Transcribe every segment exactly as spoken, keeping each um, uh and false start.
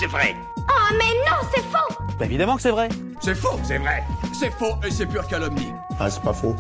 vrai. Oh mais non, c'est faux. Bah évidemment que c'est vrai. C'est faux, c'est vrai. C'est faux et c'est pure calomnie. Ah, c'est pas faux.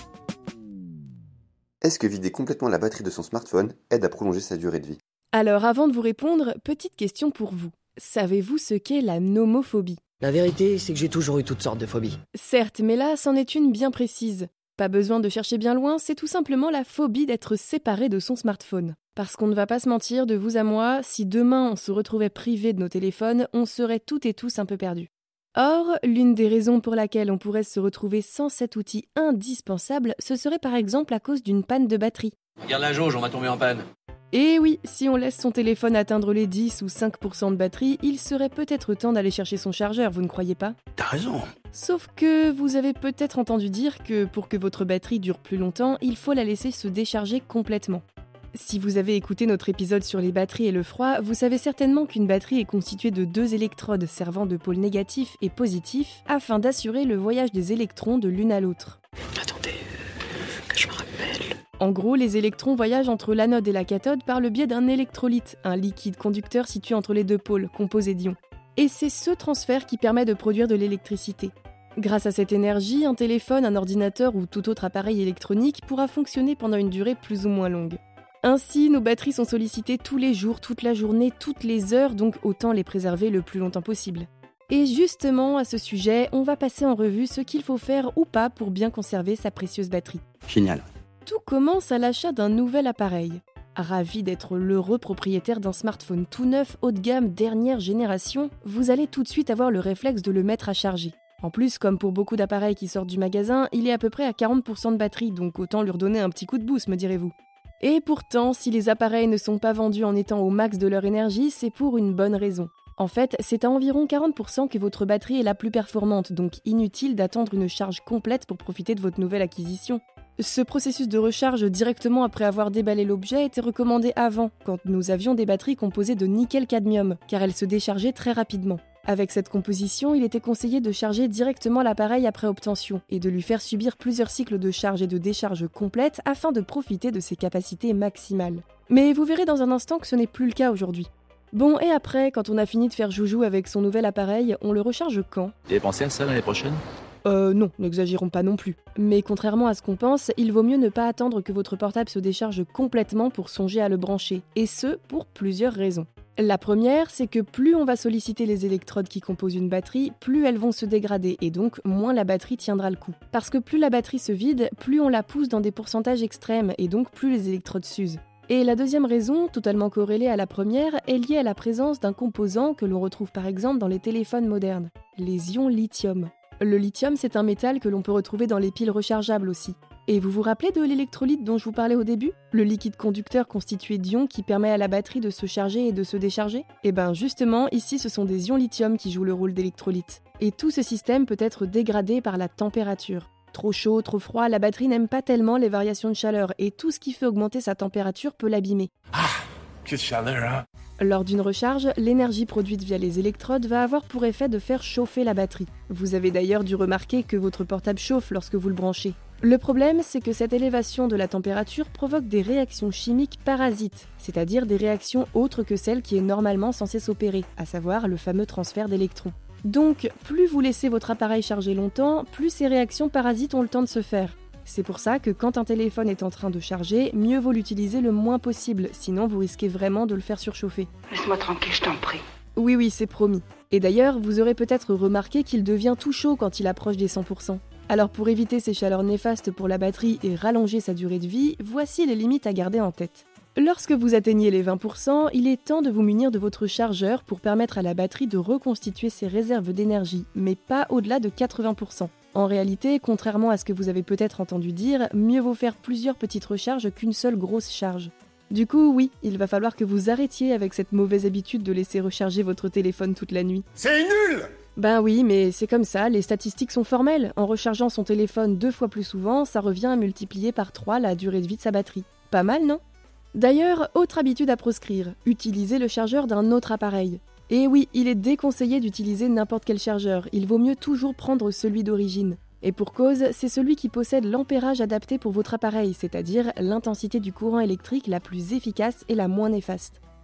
Est-ce que vider complètement la batterie de son smartphone aide à prolonger sa durée de vie ? Alors avant de vous répondre, petite question pour vous. Savez-vous ce qu'est la nomophobie ? La vérité, c'est que j'ai toujours eu toutes sortes de phobies. Certes, mais là, c'en est une bien précise. Pas besoin de chercher bien loin, c'est tout simplement la phobie d'être séparé de son smartphone. Parce qu'on ne va pas se mentir, de vous à moi, si demain on se retrouvait privé de nos téléphones, on serait toutes et tous un peu perdus. Or, l'une des raisons pour laquelle on pourrait se retrouver sans cet outil indispensable, ce serait par exemple à cause d'une panne de batterie. Regarde la jauge, on va tomber en panne. Et oui, si on laisse son téléphone atteindre les dix ou cinq pour cent de batterie, il serait peut-être temps d'aller chercher son chargeur, vous ne croyez pas ? T'as raison. Sauf que vous avez peut-être entendu dire que pour que votre batterie dure plus longtemps, il faut la laisser se décharger complètement. Si vous avez écouté notre épisode sur les batteries et le froid, vous savez certainement qu'une batterie est constituée de deux électrodes servant de pôle négatif et positif afin d'assurer le voyage des électrons de l'une à l'autre. Attendez, euh, que je me rappelle... En gros, les électrons voyagent entre l'anode et la cathode par le biais d'un électrolyte, un liquide conducteur situé entre les deux pôles, composé d'ions. Et c'est ce transfert qui permet de produire de l'électricité. Grâce à cette énergie, un téléphone, un ordinateur ou tout autre appareil électronique pourra fonctionner pendant une durée plus ou moins longue. Ainsi, nos batteries sont sollicitées tous les jours, toute la journée, toutes les heures, donc autant les préserver le plus longtemps possible. Et justement, à ce sujet, on va passer en revue ce qu'il faut faire ou pas pour bien conserver sa précieuse batterie. Génial. Tout commence à l'achat d'un nouvel appareil. Ravi d'être l'heureux propriétaire d'un smartphone tout neuf, haut de gamme, dernière génération, vous allez tout de suite avoir le réflexe de le mettre à charger. En plus, comme pour beaucoup d'appareils qui sortent du magasin, il est à peu près à quarante pour cent de batterie, donc autant lui redonner un petit coup de boost, me direz-vous. Et pourtant, si les appareils ne sont pas vendus en étant au max de leur énergie, c'est pour une bonne raison. En fait, c'est à environ quarante pour cent que votre batterie est la plus performante, donc inutile d'attendre une charge complète pour profiter de votre nouvelle acquisition. Ce processus de recharge directement après avoir déballé l'objet était recommandé avant, quand nous avions des batteries composées de nickel-cadmium, car elles se déchargeaient très rapidement. Avec cette composition, il était conseillé de charger directement l'appareil après obtention, et de lui faire subir plusieurs cycles de charge et de décharge complètes afin de profiter de ses capacités maximales. Mais vous verrez dans un instant que ce n'est plus le cas aujourd'hui. Bon, et après, quand on a fini de faire joujou avec son nouvel appareil, on le recharge quand ? Vous avez pensé à ça l'année prochaine ? Euh non, n'exagérons pas non plus. Mais contrairement à ce qu'on pense, il vaut mieux ne pas attendre que votre portable se décharge complètement pour songer à le brancher, et ce, pour plusieurs raisons. La première, c'est que plus on va solliciter les électrodes qui composent une batterie, plus elles vont se dégrader, et donc moins la batterie tiendra le coup. Parce que plus la batterie se vide, plus on la pousse dans des pourcentages extrêmes, et donc plus les électrodes s'usent. Et la deuxième raison, totalement corrélée à la première, est liée à la présence d'un composant que l'on retrouve par exemple dans les téléphones modernes, les ions lithium. Le lithium, c'est un métal que l'on peut retrouver dans les piles rechargeables aussi. Et vous vous rappelez de l'électrolyte dont je vous parlais au début ? Le liquide conducteur constitué d'ions qui permet à la batterie de se charger et de se décharger ? Et ben justement, ici ce sont des ions lithium qui jouent le rôle d'électrolyte. Et tout ce système peut être dégradé par la température. Trop chaud, trop froid, la batterie n'aime pas tellement les variations de chaleur et tout ce qui fait augmenter sa température peut l'abîmer. Ah, quelle chaleur, hein ? Lors d'une recharge, l'énergie produite via les électrodes va avoir pour effet de faire chauffer la batterie. Vous avez d'ailleurs dû remarquer que votre portable chauffe lorsque vous le branchez. Le problème, c'est que cette élévation de la température provoque des réactions chimiques parasites, c'est-à-dire des réactions autres que celles qui est normalement censée s'opérer, à savoir le fameux transfert d'électrons. Donc, plus vous laissez votre appareil charger longtemps, plus ces réactions parasites ont le temps de se faire. C'est pour ça que quand un téléphone est en train de charger, mieux vaut l'utiliser le moins possible, sinon vous risquez vraiment de le faire surchauffer. Laisse-moi tranquille, je t'en prie. Oui, oui, c'est promis. Et d'ailleurs, vous aurez peut-être remarqué qu'il devient tout chaud quand il approche des cent pour cent. Alors pour éviter ces chaleurs néfastes pour la batterie et rallonger sa durée de vie, voici les limites à garder en tête. Lorsque vous atteignez les vingt pour cent, il est temps de vous munir de votre chargeur pour permettre à la batterie de reconstituer ses réserves d'énergie, mais pas au-delà de quatre-vingts pour cent. En réalité, contrairement à ce que vous avez peut-être entendu dire, mieux vaut faire plusieurs petites recharges qu'une seule grosse charge. Du coup, oui, il va falloir que vous arrêtiez avec cette mauvaise habitude de laisser recharger votre téléphone toute la nuit. C'est nul! Ben oui, mais c'est comme ça, les statistiques sont formelles. En rechargeant son téléphone deux fois plus souvent, ça revient à multiplier par trois la durée de vie de sa batterie. Pas mal, non ? D'ailleurs, autre habitude à proscrire, utiliser le chargeur d'un autre appareil. Et oui, il est déconseillé d'utiliser n'importe quel chargeur, il vaut mieux toujours prendre celui d'origine. Et pour cause, c'est celui qui possède l'ampérage adapté pour votre appareil, c'est-à-dire l'intensité du courant électrique la plus efficace et la moins néfaste.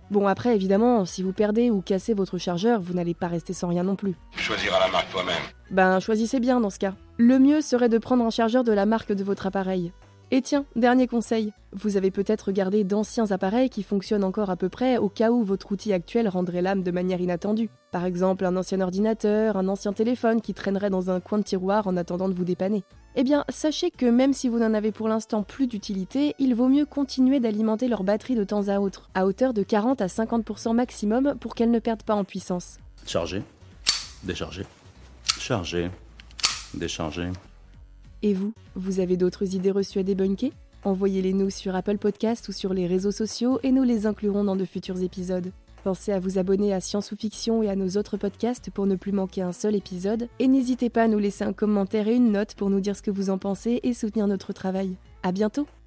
Bon après évidemment, si vous perdez ou cassez votre chargeur, vous n'allez pas rester sans rien non plus. Tu choisiras la marque toi-même. Ben choisissez bien dans ce cas. Le mieux serait de prendre un chargeur de la marque de votre appareil. Et tiens, dernier conseil, vous avez peut-être gardé d'anciens appareils qui fonctionnent encore à peu près au cas où votre outil actuel rendrait l'âme de manière inattendue. Par exemple un ancien ordinateur, un ancien téléphone qui traînerait dans un coin de tiroir en attendant de vous dépanner. Eh bien, sachez que même si vous n'en avez pour l'instant plus d'utilité, il vaut mieux continuer d'alimenter leur batterie de temps à autre, à hauteur de quarante à cinquante pour cent maximum pour qu'elles ne perdent pas en puissance. Charger, décharger, charger, décharger. Et vous, vous avez d'autres idées reçues à débunker ? Envoyez-les nous sur Apple Podcast ou sur les réseaux sociaux et nous les inclurons dans de futurs épisodes. Pensez à vous abonner à Science ou Fiction et à nos autres podcasts pour ne plus manquer un seul épisode. Et n'hésitez pas à nous laisser un commentaire et une note pour nous dire ce que vous en pensez et soutenir notre travail. À bientôt!